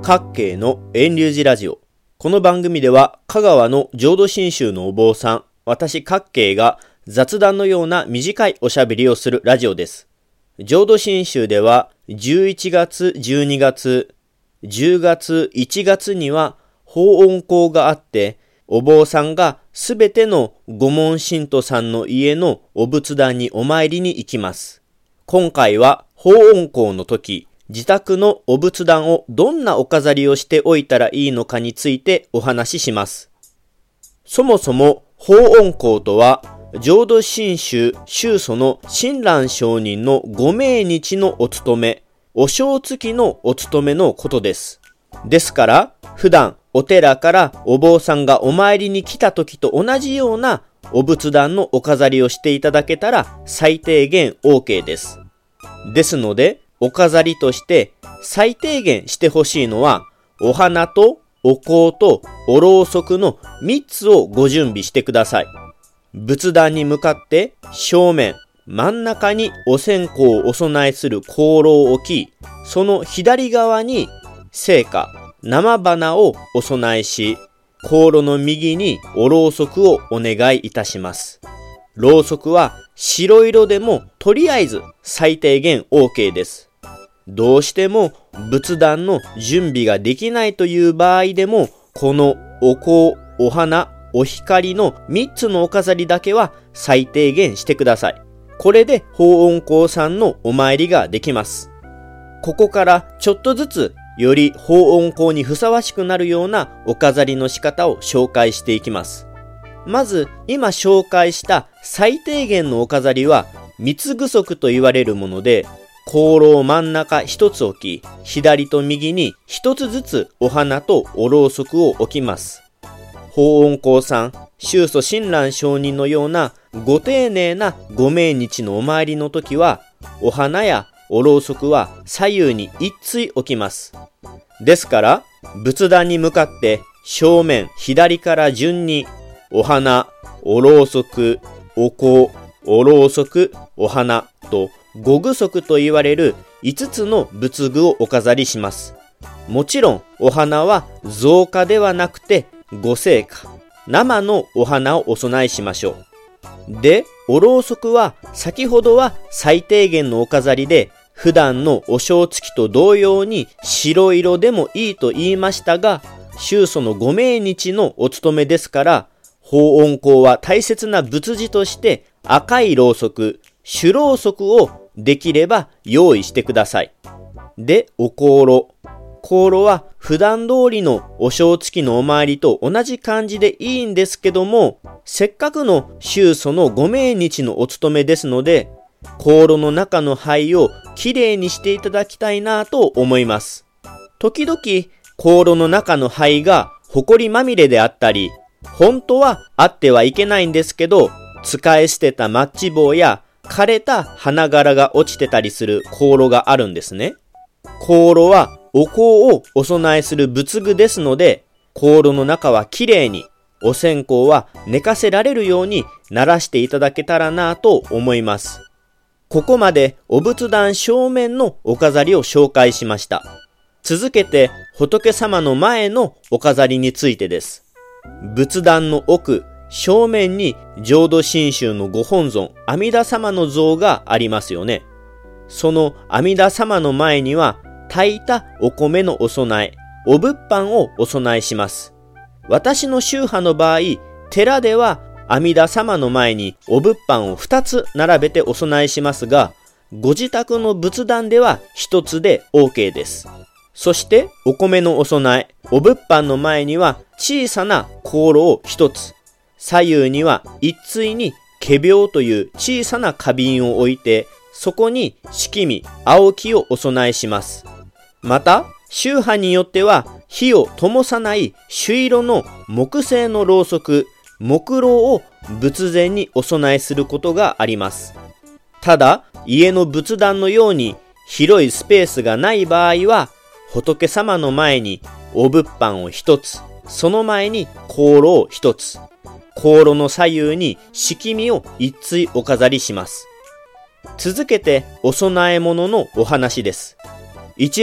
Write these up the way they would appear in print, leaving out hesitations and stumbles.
各系の遠流寺ラジオ。この番組では香川の浄土真宗のお坊さん、私各系が雑談のような短いおしゃべりをするラジオです。浄土真宗では11月、12月、10月、1月には法恩講があって、お坊さんがすべての御門信徒さんの家のお仏壇にお参りに行きます。今回は法恩講の時、自宅のお仏壇をどんなお飾りをしておいたらいいのかについてお話しします。そもそも法恩講とは、浄土真宗宗祖の親鸞上人のご命日のお勤め、お正月のお勤めのことです。ですから、普段お寺からお坊さんがお参りに来た時と同じようなお仏壇のお飾りをしていただけたら最低限 OK です。ですので、お飾りとして最低限してほしいのは、お花とお香とおろうそくの3つをご準備してください。仏壇に向かって正面、真ん中にお線香をお供えする香炉を置き、その左側に聖火、生花をお供えし、香炉の右におろうそくをお願いいたします。ろうそくは白色でもとりあえず最低限 OK です。どうしても仏壇の準備ができないという場合でも、このお香、お花、お光の3つのお飾りだけは最低限してください。これで法恩講さんのお参りができます。ここからちょっとずつより法恩講にふさわしくなるようなお飾りの仕方を紹介していきます。まず今紹介した最低限のお飾りは三つ具足と言われるもので、香炉を真ん中一つ置き、左と右に一つずつお花とおろうそくを置きます。法恩講さん、宗祖親鸞上人のようなご丁寧なご命日のお参りの時は、お花やおろうそくは左右に一対置きます。ですから、仏壇に向かって正面左から順にお花、おろうそく、お香、おろうそく、お花と五具足と言われる5つの仏具をお飾りします。もちろんお花は造花ではなくて御聖花、生のお花をお供えしましょう。で、おろうそくは先ほどは最低限のお飾りで、普段のお正月と同様に白色でもいいと言いましたが、宗祖のご命日のお務めですから、法恩講は大切な仏事として赤いろうそく、朱ろうそくをできれば用意してください。で、お香炉。香炉は普段通りのお正月のお参りと同じ感じでいいんですけども、せっかくの宗祖のご命日のお務めですので、香炉の中の灰をきれいにしていただきたいなと思います。時々香炉の中の灰が埃まみれであったり、本当はあってはいけないんですけど、使い捨てたマッチ棒や枯れた花柄が落ちてたりする香炉があるんですね。香炉はお香をお供えする仏具ですので、香炉の中はきれいに、お線香は寝かせられるように鳴らしていただけたらなと思います。ここまでお仏壇正面のお飾りを紹介しました。続けて仏様の前のお飾りについてです。仏壇の奥、正面に浄土真宗のご本尊阿弥陀様の像がありますよね。その阿弥陀様の前には炊いたお米のお供え、お仏飯をお供えします。私の宗派の場合、寺では阿弥陀様の前にお仏飯を2つ並べてお供えしますが、ご自宅の仏壇では1つで OK です。そしてお米のお供え、お仏飯の前には小さな香炉を1つ、左右には一対に化廟という小さな花瓶を置いて、そこに色味、青木をお供えします。また、宗派によっては火を灯さない朱色の木製のろうそく、木ろうを仏前にお供えすることがあります。ただ、家の仏壇のように広いスペースがない場合は、仏様の前にお仏飯を一つ、その前に香炉を一つ、香炉の左右に色味を一対お飾りします。続けてお供え物のお話です。一番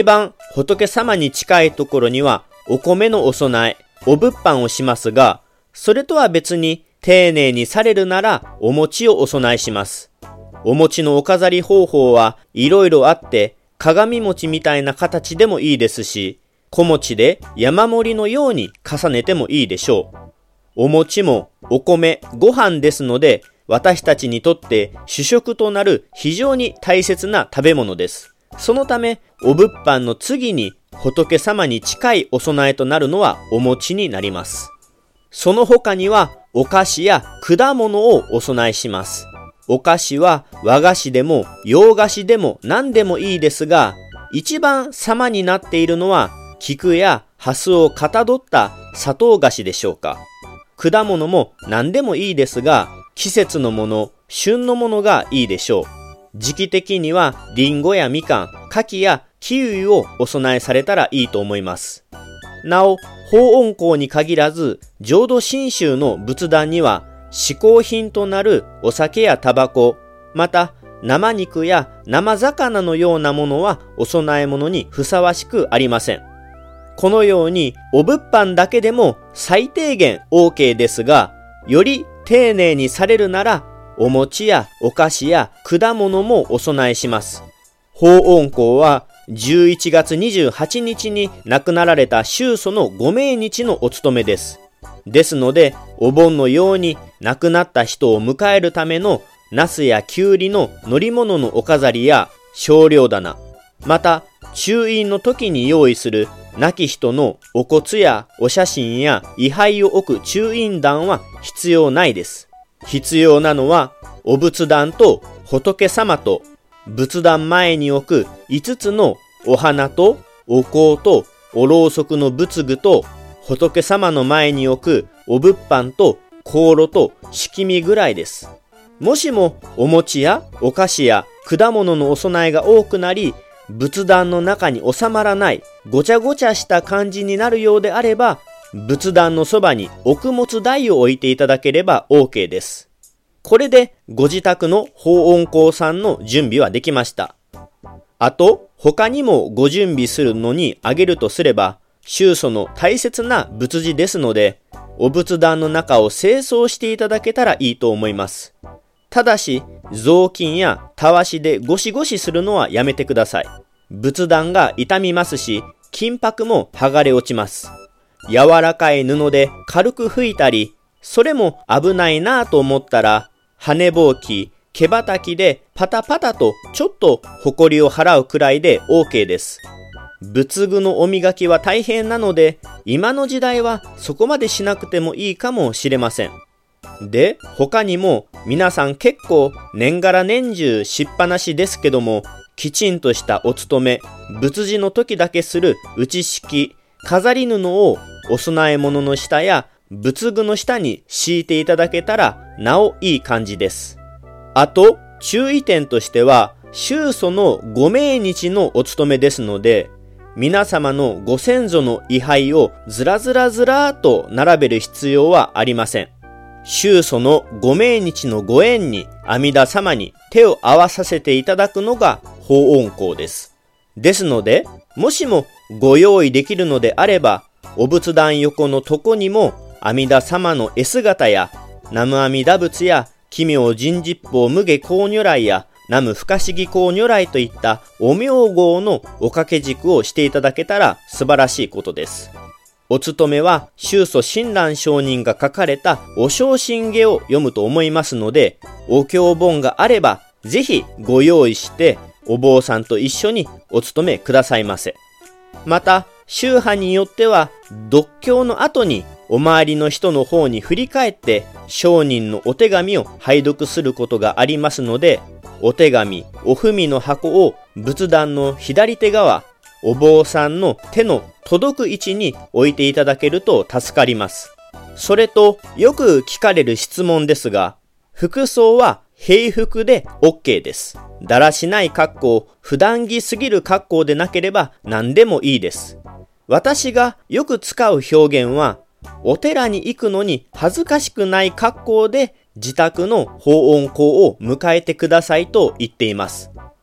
仏様に近いところにはお米のお供え、お物販をしますが、それとは別に丁寧にされるならお餅をお供えします。お餅のお飾り方法はいろいろあって、鏡餅みたいな形でもいいですし、小餅で山盛りのように重ねてもいいでしょう。お餅もお米、ご飯ですので、私たちにとって主食となる非常に大切な食べ物です。そのため、お物販の次に仏様に近いお供えとなるのはお餅になります。その他にはお菓子や果物をお供えします。お菓子は和菓子でも洋菓子でも何でもいいですが、一番様になっているのは菊やハスをかたどった砂糖菓子でしょうか。果物も何でもいいですが、季節のもの、旬のものがいいでしょう。時期的にはリンゴやみかん、柿やキウイをお供えされたらいいと思います。なお、法恩香に限らず、浄土真宗の仏壇には嗜好品となるお酒やタバコ、また生肉や生魚のようなものはお供え物にふさわしくありません。このようにお物販だけでも最低限 OK ですが、より丁寧にされるならお餅やお菓子や果物もお供えします。法恩香は11月28日に亡くなられた宗祖のご命日のお務めです。ですので、お盆のように亡くなった人を迎えるためのナスやキュウリの乗り物のお飾りや少量棚、また中院の時に用意する亡き人のお骨やお写真や位牌を置く中院壇は必要ないです。必要なのはお仏壇と仏様と仏壇前に置く5つのお花とお香とおろうそくの仏具と仏様の前に置くお物販と香炉と敷身ぐらいです。もしもお餅やお菓子や果物のお供えが多くなり、仏壇の中に収まらないごちゃごちゃした感じになるようであれば、仏壇のそばに穀物台を置いていただければ OK です。これでご自宅の法恩香さんの準備はできました。あと、他にもご準備するのにあげるとすれば、宗祖の大切な仏事ですので、お仏壇の中を清掃していただけたらいいと思います。ただし、雑巾やたわしでゴシゴシするのはやめてください。仏壇が傷みますし、金箔も剥がれ落ちます。柔らかい布で軽く拭いたり、それも危ないなぁと思ったら、羽ぼうき、毛ばたきでパタパタとちょっとほこりを払うくらいで OK です。仏具のお磨きは大変なので、今の時代はそこまでしなくてもいいかもしれません。で、他にも皆さん結構年がら年中しっぱなしですけども、きちんとしたお勤め、仏事の時だけする打敷、飾り布をお供え物の下や仏具の下に敷いていただけたらなおいい感じです。あと、注意点としては、宗祖のご命日のお務めですので、皆様のご先祖の位牌をずらずらずらーと並べる必要はありません。宗祖のご命日のご縁に阿弥陀様に手を合わさせていただくのが法恩香です。ですので、もしもご用意できるのであれば、お仏壇横の床にも阿弥陀様の絵姿や南無阿弥陀仏や奇妙人実法無下光如来や南無不可思議光如来といったお名号のお掛け軸をしていただけたら素晴らしいことです。お務めは宗祖親鸞上人が書かれたお正心下を読むと思いますので、お経本があればぜひご用意してお坊さんと一緒にお務めくださいませ。また、宗派によっては読経の後にお周りの人の方に振り返って上人のお手紙を拝読することがありますので、お手紙、お文の箱を仏壇の左手側、お坊さんの手の届く位置に置いていただけると助かります。それと、よく聞かれる質問ですが、服装は平服で OK です。だらしない格好、普段着すぎる格好でなければ何でもいいです。私がよく使う表現は、お寺に行くのに恥ずかしくない格好で自宅の法恩香を迎えてくださいと言っています。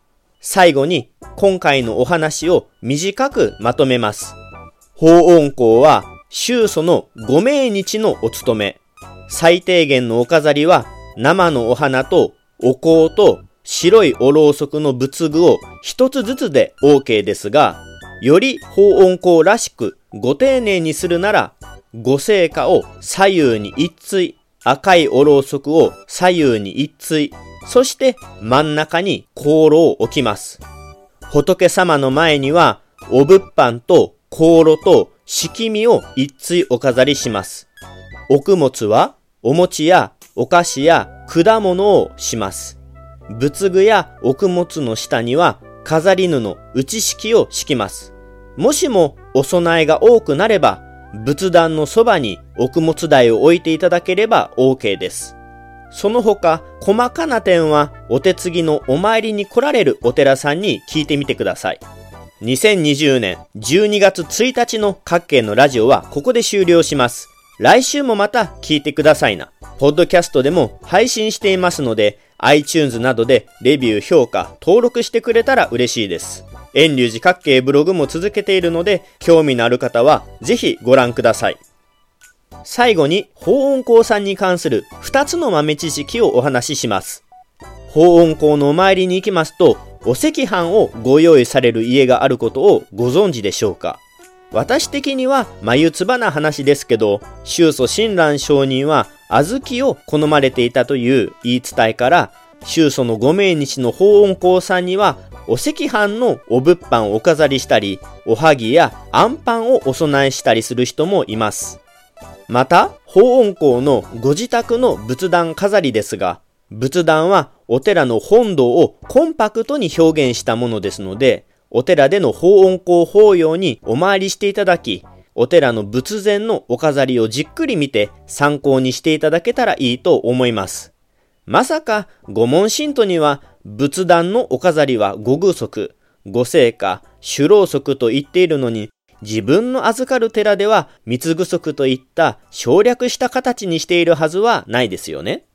最後に今回のお話を短くまとめます。法恩公は宗祖のご命日のお務め。最低限のお飾りは生のお花とお香と白いおろうそくの仏具を一つずつで OK ですが、より法恩公らしくご丁寧にするなら、ご聖火を左右に一対、赤いおろうそくを左右に一対、そして真ん中に香炉を置きます。仏様の前にはお仏飯と香炉と敷身を一対お飾りします。穀物はお餅やお菓子や果物をします。仏具や穀物の下には飾り布、内敷を敷きます。もしもお供えが多くなれば、仏壇のそばに穀物台を置いていただければ OK です。その他、細かな点はお手継ぎのお参りに来られるお寺さんに聞いてみてください。2020年12月1日の各県のラジオはここで終了します。来週もまた聞いてくださいな。ポッドキャストでも配信していますので、iTunes などでレビュー、評価、登録してくれたら嬉しいです。遠隆寺各系ブログも続けているので、興味のある方はぜひご覧ください。最後に法恩公さんに関する2つの豆知識をお話しします。法恩公のお参りに行きますと、お赤飯をご用意される家があることをご存知でしょうか。私的には眉唾な話ですけど、宗祖親鸞上人は小豆を好まれていたという言い伝えから、宗祖のご命日の法恩公さんにはお赤飯のお仏飯をお飾りしたり、おはぎやあんパンをお供えしたりする人もいます。また、法恩公のご自宅の仏壇飾りですが、仏壇はお寺の本堂をコンパクトに表現したものですので、お寺での法恩公法要にお参りしていただき、お寺の仏前のお飾りをじっくり見て参考にしていただけたらいいと思います。まさか御門信徒には仏壇のお飾りは御偶足、御聖火、主ろうそくと言っているのに、自分の預かる寺では三つ具足といった省略した形にしているはずはないですよね。